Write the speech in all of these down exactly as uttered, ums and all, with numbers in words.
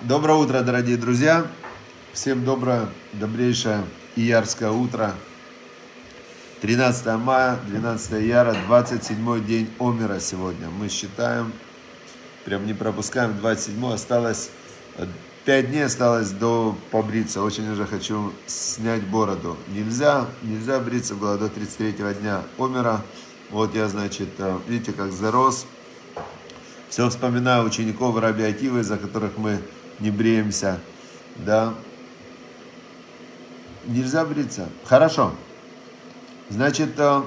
Доброе утро, дорогие друзья! Всем доброе, добрейшее иярское утро. тринадцатое мая, двенадцатое ияра, двадцать седьмой день Омера сегодня. Мы считаем, прям не пропускаем, двадцать седьмой, осталось, пять дней осталось до побриться. Очень уже хочу снять бороду. Нельзя, нельзя бриться было до тридцать третьего дня Омера. Вот я, значит, видите, как зарос. Все вспоминаю учеников Раби Акивы, из-за которых мы не бреемся, да. Нельзя бриться. Хорошо. Значит,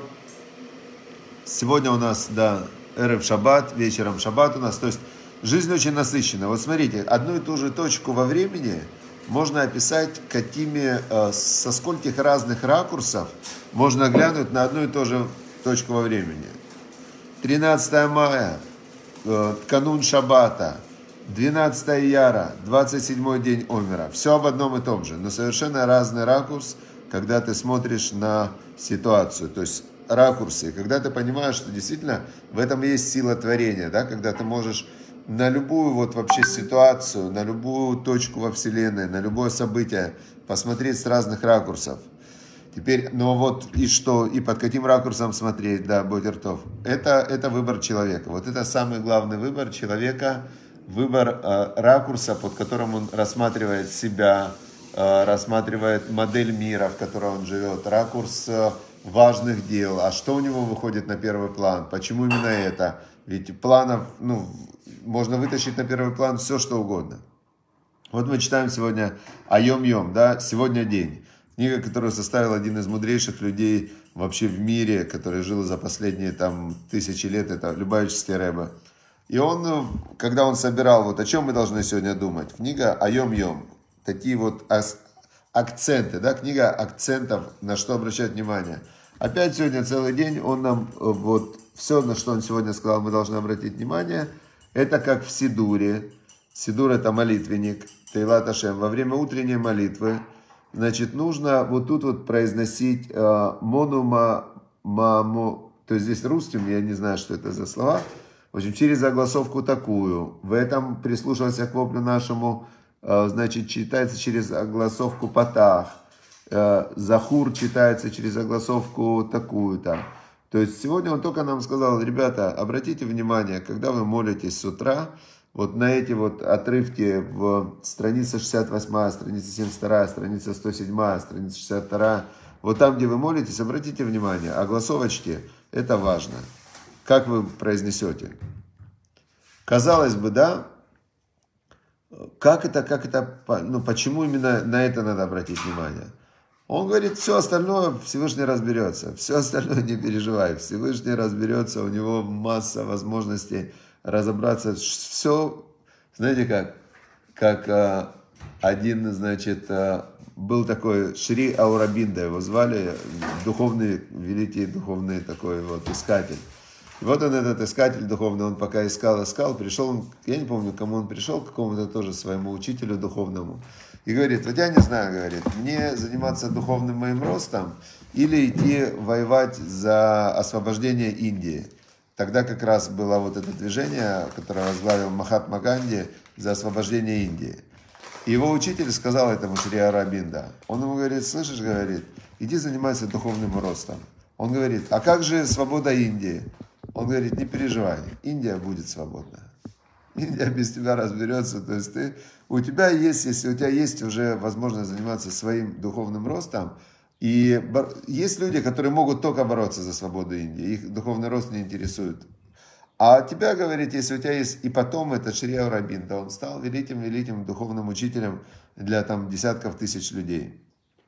сегодня у нас, да, эрев шаббат, вечером шаббат у нас. То есть жизнь очень насыщена. Вот смотрите, одну и ту же точку во времени можно описать какими, со скольких разных ракурсов можно глянуть на одну и ту же точку во времени. тринадцатое мая, канун шаббата. двенадцатое ияра, двадцать седьмой день Омера. Все об одном и том же, но совершенно разный ракурс, когда ты смотришь на ситуацию. То есть ракурсы, когда ты понимаешь, что действительно в этом есть сила творения, да, когда ты можешь на любую вот вообще ситуацию, на любую точку во Вселенной, на любое событие посмотреть с разных ракурсов. Теперь, ну вот и что, и под каким ракурсом смотреть, да, Бодертов. Это, это выбор человека. Вот это самый главный выбор человека. Выбор э, ракурса, под которым он рассматривает себя, э, рассматривает модель мира, в которой он живет, ракурс э, важных дел, а что у него выходит на первый план, почему именно это, ведь планов, ну, можно вытащить на первый план все, что угодно. Вот мы читаем сегодня Айом-Йом, да, сегодня день, книга, которую составил один из мудрейших людей вообще в мире, который жил за последние там тысячи лет, это Любавический Ребе. И он, когда он собирал, вот о чем мы должны сегодня думать, книга Айом-Йом, такие вот акценты, да, книга акцентов, на что обращать внимание. Опять сегодня целый день он нам, вот, все, на что он сегодня сказал, мы должны обратить внимание, это как в Сидуре. Сидур это молитвенник, Тейлат Ашем, во время утренней молитвы, значит, нужно вот тут вот произносить э, монума, мамо, то есть здесь русским, я не знаю, что это за слова. В общем, через огласовку такую. В этом прислушался к воплю нашему, значит, читается через огласовку патах. Захур читается через огласовку такую-то. То есть сегодня он только нам сказал, ребята, обратите внимание, когда вы молитесь с утра, вот на эти вот отрывки в странице шестьдесят восьмая, страница семьдесят вторая, страница сто седьмая, страница шестьдесят вторая, вот там, где вы молитесь, обратите внимание, огласовочки, это важно. Как вы произнесете? Казалось бы, да, как это, как это, ну, почему именно на это надо обратить внимание? Он говорит, все остальное Всевышний разберется, все остальное не переживай, Всевышний разберется, у него масса возможностей разобраться, все, знаете как, как а, один, значит, а, был такой Шри Аурабинда, его звали, духовный, великий духовный такой вот искатель. И вот он, этот искатель духовный, он пока искал, искал, пришел, он, я не помню, к кому он пришел, к какому-то тоже своему учителю духовному. И говорит, вот я не знаю, говорит, мне заниматься духовным моим ростом или идти воевать за освобождение Индии. Тогда как раз было вот это движение, которое возглавил Махатма Ганди за освобождение Индии. И его учитель сказал этому Шри Аурабинда, он ему говорит, слышишь, говорит, иди занимайся духовным ростом. Он говорит, а как же свобода Индии? Он говорит, не переживай, Индия будет свободна. Индия без тебя разберется. То есть ты, у тебя есть, если у тебя есть уже возможность заниматься своим духовным ростом, и есть люди, которые могут только бороться за свободу Индии, их духовный рост не интересует. А тебя, говорит, если у тебя есть, и потом это Шри Аурабинда, он стал великим-великим духовным учителем для там десятков тысяч людей.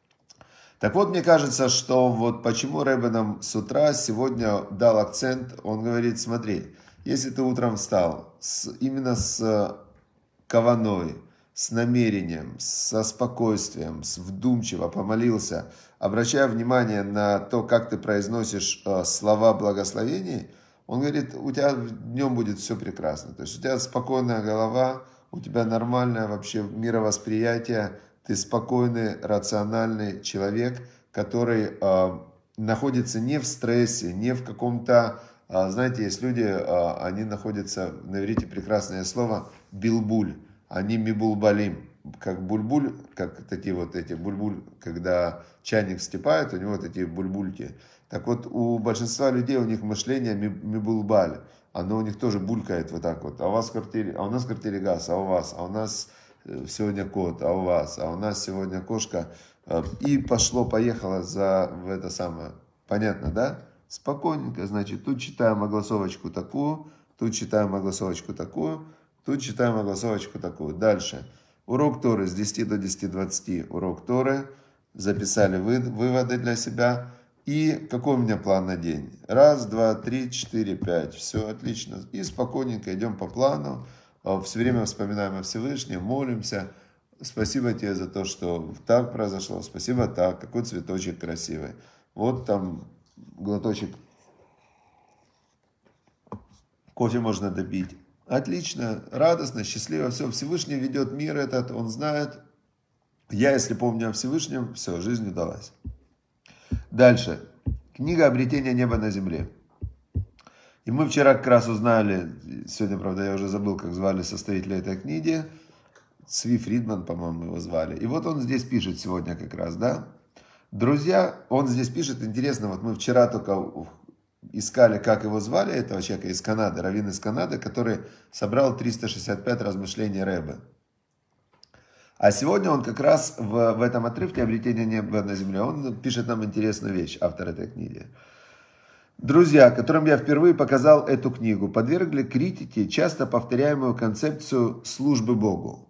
Так вот, мне кажется, что вот почему Ребе нам с утра сегодня дал акцент, он говорит, смотри, если ты утром встал с, именно с каваной, с намерением, со спокойствием, с вдумчиво помолился, обращая внимание на то, как ты произносишь э, слова благословений, он говорит, у тебя днем будет все прекрасно. То есть у тебя спокойная голова, у тебя нормальное вообще мировосприятие, ты спокойный, рациональный человек, который э, находится не в стрессе, не в каком-то, э, знаете, есть люди, э, они находятся, на иврите прекрасное слово, билбуль. они мибулбалим, как бульбуль, как такие вот эти бульбуль, когда чайник вскипает, у него вот эти бульбульки. Так вот, у большинства людей, у них мышление мибулбаль, оно у них тоже булькает вот так вот. А у вас в квартире, а у нас в квартире газ, а у вас, а у нас сегодня кот, а у вас, а у нас сегодня кошка. И пошло-поехало за в это самое. Понятно, да? Спокойненько, значит, тут читаем огласовочку такую, тут читаем огласовочку такую, тут читаем огласовочку такую. Дальше. Урок Торы с десяти до десяти двадцати. Урок Торы. Записали вы, выводы для себя. И какой у меня план на день? Раз, два, три, четыре, пять. Все отлично. И спокойненько идем по плану. Все время вспоминаем о Всевышнем, молимся. Спасибо тебе за то, что так произошло. Спасибо так. Какой цветочек красивый. Вот там глоточек кофе можно допить. Отлично, радостно, счастливо. Все, Всевышний ведет мир этот, он знает. Я, если помню о Всевышнем, все, жизнь удалась. Дальше. Книга «Обретение неба на земле». И мы вчера как раз узнали, сегодня, правда, я уже забыл, как звали составителя этой книги. Цви Фридман, по-моему, его звали. И вот он здесь пишет сегодня как раз, да. Друзья, он здесь пишет, интересно, вот мы вчера только искали, как его звали, этого человека из Канады, раввин из Канады, который собрал триста шестьдесят пять размышлений Ребе. А сегодня он как раз в, в этом отрывке «Обретение неба на земле», он пишет нам интересную вещь, автор этой книги. Друзья, которым я впервые показал эту книгу, подвергли критике часто повторяемую концепцию службы Богу.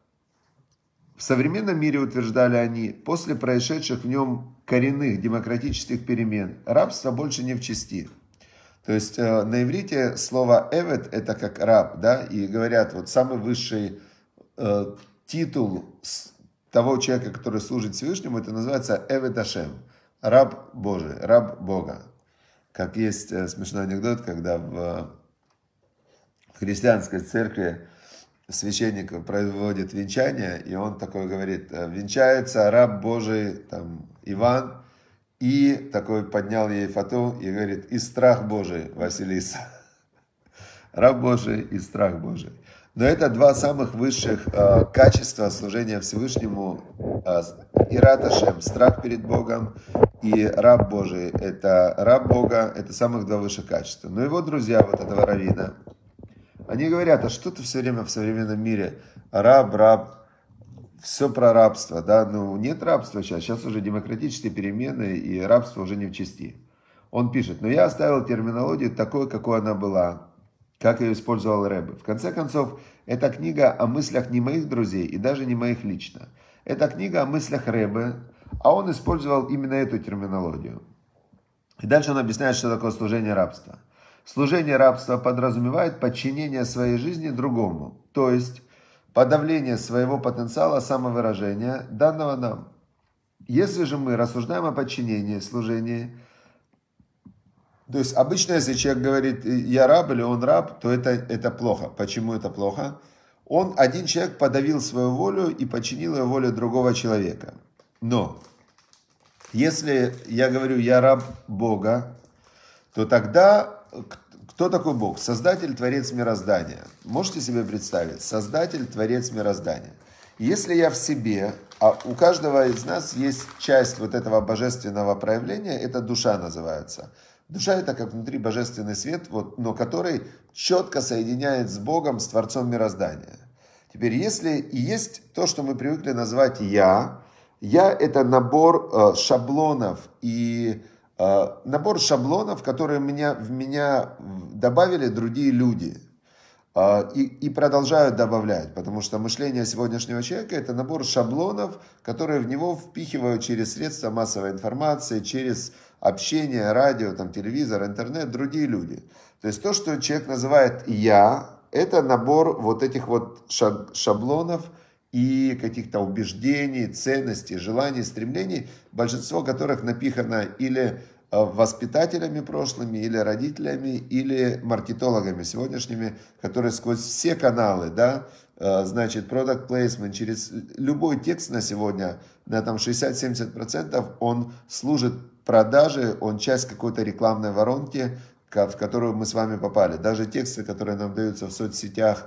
В современном мире, утверждали они, после происшедших в нем коренных демократических перемен, рабство больше не в чести. То есть э, на иврите слово «эвет» это как раб, да, и говорят, вот самый высший э, титул того человека, который служит Всевышнему, это называется «эвет Ашем», раб Божий, раб Бога. Как есть э, смешной анекдот, когда в, в христианской церкви священник проводит венчание, и он такой говорит: венчается раб Божий там, Иван, и такой поднял ей фату и говорит: и страх Божий Василиса. Раб Божий и страх Божий. Но это два самых высших э, качества служения Всевышнему. Э, Ират Ашем, страх перед Богом, и раб Божий, это раб Бога, это самых два высших качества. Но его друзья, вот этого раввина, они говорят: а что ты все время в современном мире? Раб, раб, все про рабство, да? Ну, нет рабства сейчас, сейчас уже демократические перемены, и рабство уже не в чести. Он пишет: но я оставил терминологию такой, какой она была, как ее использовал Ребе. В конце концов, эта книга о мыслях не моих друзей, и даже не моих лично. Это книга о мыслях Ребе, а он использовал именно эту терминологию. И дальше он объясняет, что такое служение рабства. Служение рабства подразумевает подчинение своей жизни другому, то есть подавление своего потенциала самовыражения, данного нам. Если же мы рассуждаем о подчинении, служении, то есть обычно, если человек говорит «я раб» или «он раб», то это, это плохо. Почему это плохо? Он, один человек, подавил свою волю и подчинил ее воле другого человека. Но если я говорю «я раб Бога», то тогда кто такой Бог? Создатель, Творец мироздания. Можете себе представить? Создатель, Творец мироздания. Если я в себе, а у каждого из нас есть часть вот этого божественного проявления, это душа называется. Душа это как внутри божественный свет, вот, но который четко соединяет с Богом, с Творцом мироздания. Теперь, если и есть то, что мы привыкли назвать «я», «я» это набор э, шаблонов и набор шаблонов, которые меня, в меня добавили другие люди. И, и продолжают добавлять, потому что мышление сегодняшнего человека это набор шаблонов, которые в него впихивают через средства массовой информации, через общение, радио, там, телевизор, интернет, другие люди. То есть то, что человек называет «я», это набор вот этих вот шаблонов и каких-то убеждений, ценностей, желаний, стремлений, большинство которых напихано или воспитателями прошлыми, или родителями, или маркетологами сегодняшними, которые сквозь все каналы, да, значит, product placement, через любой текст на сегодня, на там шестьдесят-семьдесят процентов он служит продаже, он часть какой-то рекламной воронки, в которую мы с вами попали. Даже тексты, которые нам даются в соцсетях,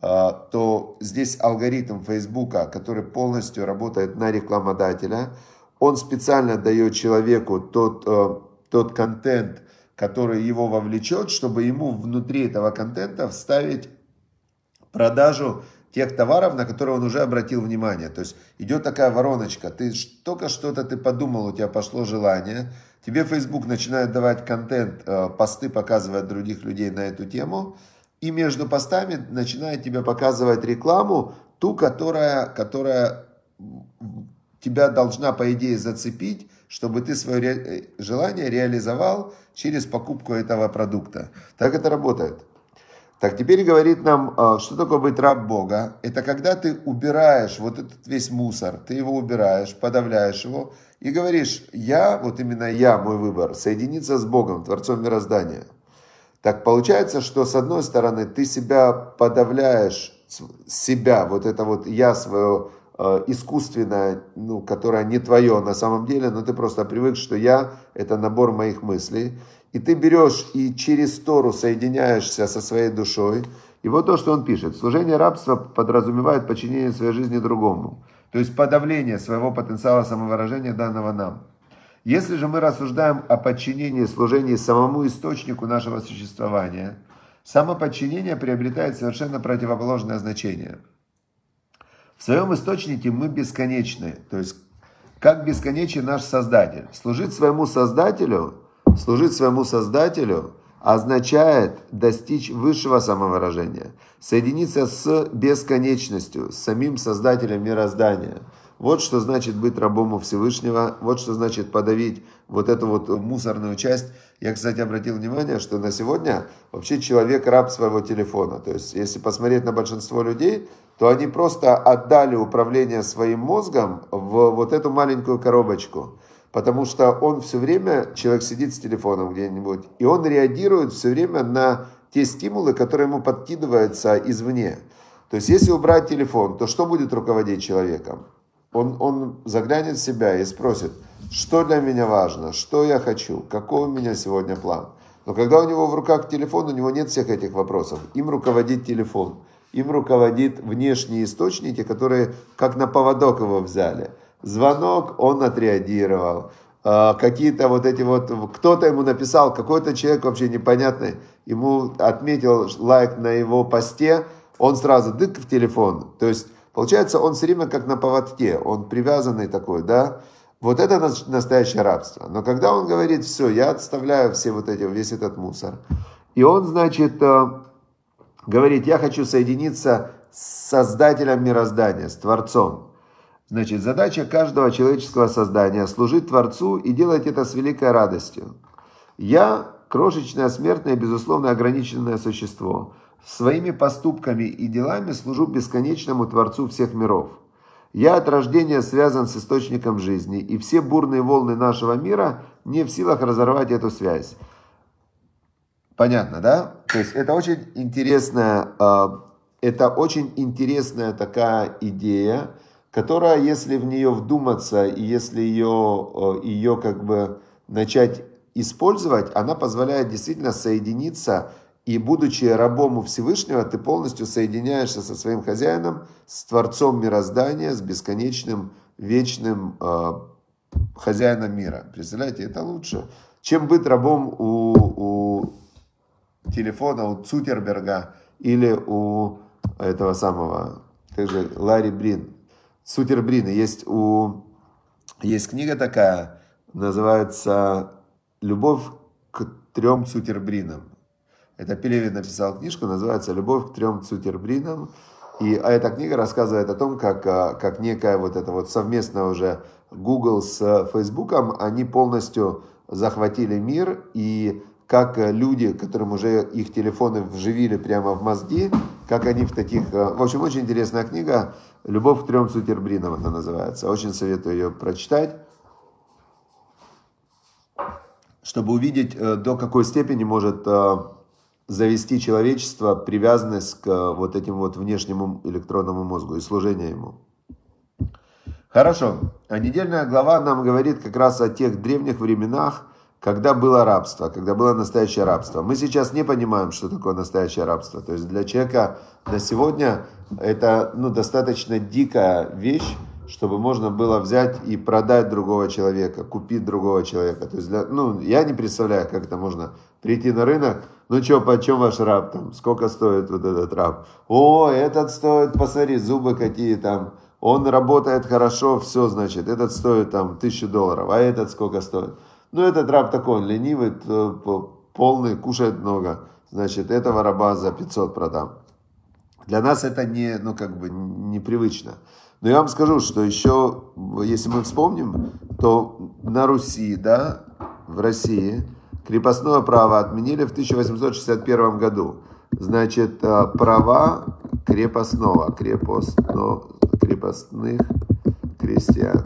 то здесь алгоритм Фейсбука, который полностью работает на рекламодателя, он специально дает человеку тот, тот контент, который его вовлечет, чтобы ему внутри этого контента вставить продажу тех товаров, на которые он уже обратил внимание. То есть идет такая вороночка. Ты только что-то ты подумал, у тебя пошло желание. Тебе Facebook начинает давать контент, посты показывать других людей на эту тему. И между постами начинает тебе показывать рекламу, ту, которая, которая тебя должна, по идее, зацепить, чтобы ты свое ре... желание реализовал через покупку этого продукта. Так это работает. Так, теперь говорит нам, что такое быть раб Бога. Это когда ты убираешь вот этот весь мусор, ты его убираешь, подавляешь его и говоришь, я, вот именно я, мой выбор, соединиться с Богом, Творцом мироздания. Так получается, что с одной стороны ты себя подавляешь, себя, вот это вот я свое э, искусственное, ну, которое не твое на самом деле, но ты просто привык, что я это набор моих мыслей. И ты берешь и через Тору соединяешься со своей душой. И вот то, что он пишет. Служение рабства подразумевает подчинение своей жизни другому. То есть подавление своего потенциала самовыражения, данного нам. Если же мы рассуждаем о подчинении, служении самому источнику нашего существования, самоподчинение приобретает совершенно противоположное значение. В своем источнике мы бесконечны, то есть как бесконечен наш Создатель. Служить своему Создателю, служить своему Создателю означает достичь высшего самовыражения, соединиться с бесконечностью, с самим Создателем мироздания. Вот что значит быть рабом у Всевышнего, вот что значит подавить вот эту вот мусорную часть. Я, кстати, обратил внимание, что на сегодня вообще человек раб своего телефона. То есть, если посмотреть на большинство людей, то они просто отдали управление своим мозгом в вот эту маленькую коробочку. Потому что он все время, человек сидит с телефоном где-нибудь, и он реагирует все время на те стимулы, которые ему подкидываются извне. То есть, если убрать телефон, то что будет руководить человеком? Он, он заглянет в себя и спросит, что для меня важно, что я хочу, какой у меня сегодня план. Но когда у него в руках телефон, у него нет всех этих вопросов. Им руководит телефон, им руководит внешние источники, которые как на поводок его взяли. Звонок, он отреагировал. Какие-то вот эти вот, кто-то ему написал, какой-то человек вообще непонятный, ему отметил лайк на его посте, он сразу дык в телефон. То есть, получается, он все время как на поводке, он привязанный такой, да. Вот это настоящее рабство. Но когда он говорит, все, я отставляю все вот эти, весь этот мусор. И он, значит, говорит, я хочу соединиться с Создателем мироздания, с Творцом. Значит, задача каждого человеческого создания – служить Творцу и делать это с великой радостью. Я – крошечное, смертное, безусловно ограниченное существо. Своими поступками и делами служу бесконечному Творцу всех миров. Я от рождения связан с источником жизни, и все бурные волны нашего мира не в силах разорвать эту связь. Понятно, да? То есть это очень интересная, это очень интересная такая идея, которая, если в нее вдуматься и если ее, ее как бы начать использовать, она позволяет действительно соединиться. И будучи рабом у Всевышнего, ты полностью соединяешься со своим хозяином, с Творцом мироздания, с бесконечным, вечным э, хозяином мира. Представляете, это лучше, чем быть рабом у, у телефона, у Цукерберга или у этого самого, как же, Ларри Брин. Цукербрина. Есть, у, есть книга такая, называется «Любовь к трем Цукербринам». Это Пелевин написал книжку, называется «Любовь к трем Цукербринам». И а эта книга рассказывает о том, как, как некая вот это вот совместно уже Google с Фейсбуком, они полностью захватили мир, и как люди, которым уже их телефоны вживили прямо в мозги, как они в таких... В общем, очень интересная книга «Любовь к трем Цукербринам» она называется. Очень советую ее прочитать, чтобы увидеть, до какой степени может завести человечество привязанность к вот этим вот внешнему электронному мозгу и служение ему. Хорошо. А недельная глава нам говорит как раз о тех древних временах, когда было рабство, когда было настоящее рабство. Мы сейчас не понимаем, что такое настоящее рабство. То есть для человека на сегодня это ну, достаточно дикая вещь, чтобы можно было взять и продать другого человека, купить другого человека. То есть для, ну, я не представляю, как это можно прийти на рынок. Ну что, почем ваш раб там? Сколько стоит вот этот раб? О, этот стоит, посмотри, зубы какие там. Он работает хорошо, все, значит, этот стоит там тысячу долларов, а этот сколько стоит? Ну, этот раб такой, он ленивый, полный, кушает много. Значит, этого раба за пятьсот продам. Для нас это не, ну, как бы непривычно. Но я вам скажу, что еще, если мы вспомним, то на Руси, да, в России крепостное право отменили в тысяча восемьсот шестьдесят первом году. Значит, права крепостного, крепостно, крепостных крестьян.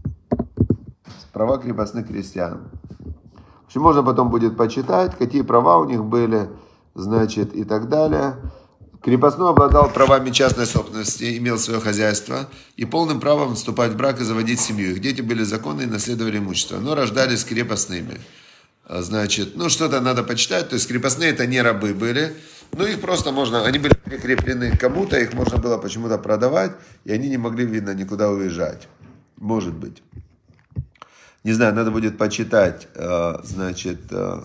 Права крепостных крестьян. В общем, можно потом будет почитать, какие права у них были, значит, и так далее. Крепостной обладал правами частной собственности, имел свое хозяйство и полным правом вступать в брак и заводить семью. Их дети были законны и наследовали имущество, но рождались крепостными. Значит, ну что-то надо почитать, то есть крепостные это не рабы были, но их просто можно, они были прикреплены к кому-то, их можно было почему-то продавать, и они не могли, видно, никуда уезжать. Может быть. Не знаю, надо будет почитать, значит,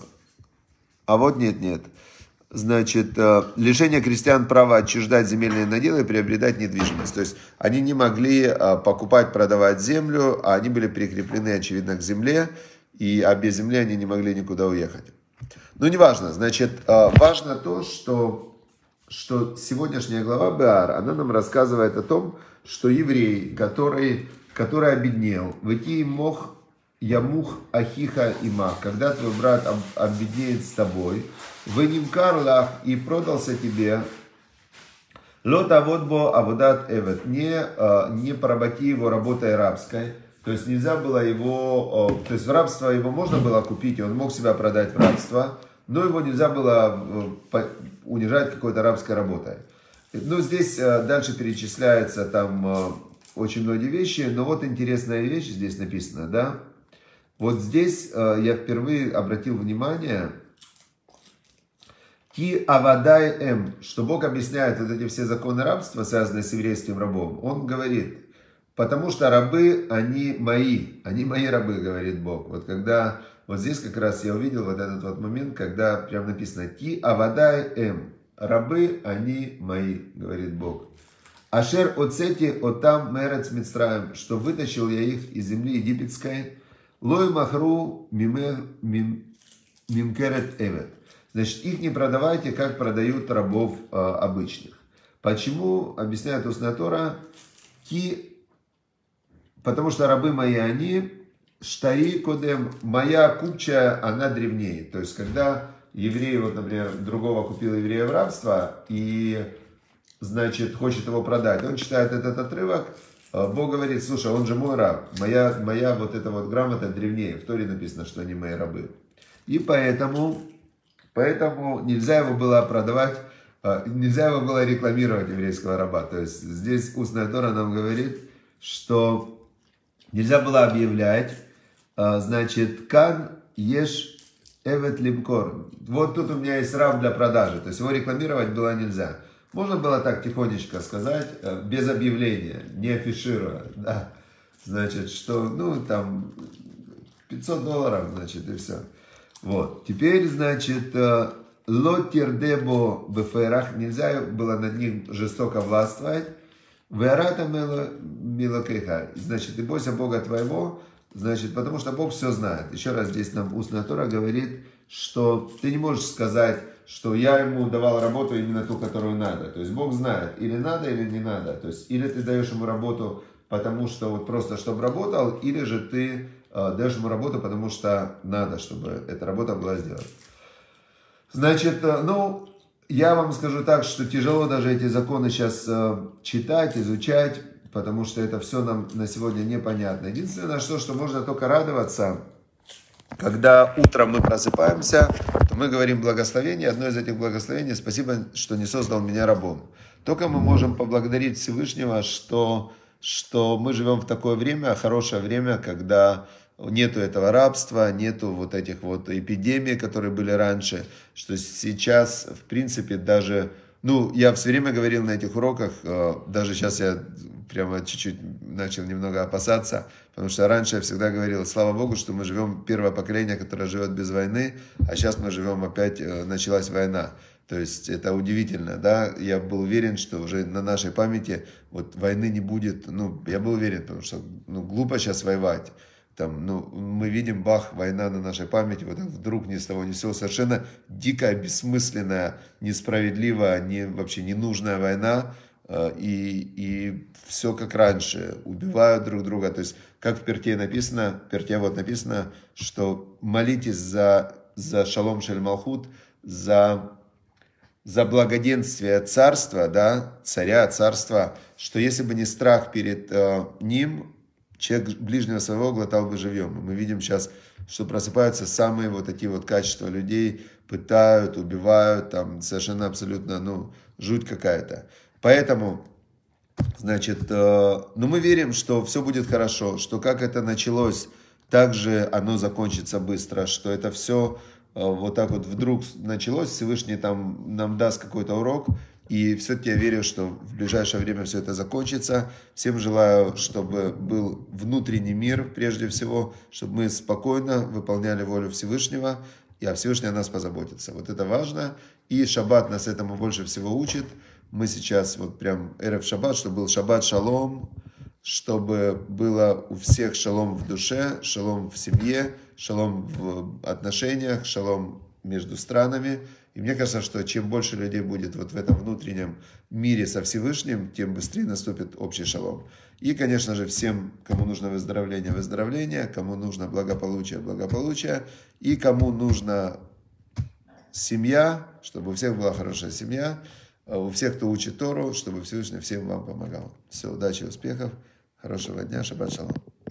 а вот нет-нет. Значит, лишение крестьян права отчуждать земельные наделы и приобретать недвижимость. То есть они не могли покупать, продавать землю, а они были прикреплены, очевидно, к земле, и, а без земли они не могли никуда уехать. Ну, неважно. Значит, важно то, что, что сегодняшняя глава Беар, она нам рассказывает о том, что еврей, который, который обеднел, «Вэти мох ямух ахиха имах», когда твой брат обеднеет с тобой, «Вэнимкар лах» и продался тебе, «Лот аводбо аводат эвет», не, не поработи его работой рабской. То есть нельзя было его, то есть в рабство его можно было купить, и он мог себя продать в рабство, но его нельзя было унижать какой-то рабской работой. Ну, здесь дальше перечисляется там очень многие вещи, но вот интересная вещь здесь написана, да. Вот здесь я впервые обратил внимание, Ки авадай эм, что Бог объясняет вот эти все законы рабства, связанные с еврейским рабом, Он говорит, потому что рабы, они мои, они мои рабы, говорит Бог. Вот когда, вот здесь как раз я увидел вот этот вот момент, когда прям написано Ки авадай эм, рабы, они мои, говорит Бог. Ашер оцети отам мерец мицраем, что вытащил я их из земли египетской, лой махру мимкерет эвет. Значит, их не продавайте, как продают рабов э, обычных. Почему? Объясняет устная Тора. Ки, потому что рабы мои они, штари кодем, моя купчая, она древнее. То есть, когда еврей, вот, например, другого купил еврея в рабство и, значит, хочет его продать, он читает этот отрывок, Бог говорит, слушай, он же мой раб, моя, моя вот эта вот грамота древнее. В Торе написано, что они мои рабы. И поэтому... Поэтому нельзя его было продавать, нельзя его было рекламировать, еврейского раба. То есть здесь устная Тора нам говорит, что нельзя было объявлять, значит, кан еш эвет лимкор. Вот тут у меня есть раб для продажи. То есть его рекламировать было нельзя. Можно было так тихонечко сказать, без объявления, не афишируя. Да. Значит, что, ну, там, пятьсот долларов, значит, и все. Вот. Теперь, значит, лотердебо беферах, нельзя было над ним жестоко властвовать. Верата милокеха, значит, и бойся Бога твоего, значит, потому что Бог все знает. Еще раз здесь нам устная Тора говорит, что ты не можешь сказать, что я ему давал работу именно ту, которую надо. То есть Бог знает, или надо, или не надо. То есть или ты даешь ему работу, потому что вот просто чтобы работал, или же ты даешь ему работу, потому что надо, чтобы эта работа была сделана. Значит, ну, я вам скажу так, что тяжело даже эти законы сейчас читать, изучать, потому что это все нам на сегодня непонятно. Единственное, что, что можно только радоваться, когда утром мы просыпаемся, то мы говорим благословение. Одно из этих благословений: спасибо, что не создал меня рабом. Только мы можем поблагодарить Всевышнего, что, что мы живем в такое время, хорошее время, когда нету этого рабства, нету вот этих вот эпидемий, которые были раньше, что сейчас, в принципе, даже, ну, я все время говорил на этих уроках, даже сейчас я прямо чуть-чуть начал немного опасаться, потому что раньше я всегда говорил, слава Богу, что мы живем, первое поколение, которое живет без войны, а сейчас мы живем опять, началась война. То есть это удивительно, да, я был уверен, что уже на нашей памяти вот войны не будет, ну, я был уверен, потому что, ну, глупо сейчас воевать, там, ну, мы видим, бах, война на нашей памяти, вот вдруг ни с того ни с сего, совершенно дикая, бессмысленная, несправедливая, не, вообще ненужная война, и, и все как раньше, убивают друг друга, то есть, как в Перте написано, в Перте вот написано, что молитесь за, за шалом шель малхут, за... за благоденствие царства, да, царя, царства, что если бы не страх перед э, ним, человек ближнего своего глотал бы живьем. Мы видим сейчас, что просыпаются самые вот такие вот качества людей, пытают, убивают, там совершенно абсолютно, ну, жуть какая-то. Поэтому, значит, э, ну мы верим, что все будет хорошо, что как это началось, так же оно закончится быстро, что это все... вот так вот вдруг началось, Всевышний там нам даст какой-то урок, и все-таки я верю, что в ближайшее время все это закончится. Всем желаю, чтобы был внутренний мир, прежде всего, чтобы мы спокойно выполняли волю Всевышнего, и а Всевышний о нас позаботится. Вот это важно, и шаббат нас этому больше всего учит. Мы сейчас вот прям эрев шаббат, чтобы был шаббат шалом, чтобы было у всех шалом в душе, шалом в семье, шалом в отношениях, шалом между странами. И мне кажется, что чем больше людей будет вот в этом внутреннем мире со Всевышним, тем быстрее наступит общий шалом. И, конечно же, всем, кому нужно выздоровление, выздоровление, кому нужно благополучие, благополучие, и кому нужна семья, чтобы у всех была хорошая семья, у всех, кто учит Тору, чтобы Всевышний всем вам помогал. Все, удачи, успехов, хорошего дня, шаббат шалом.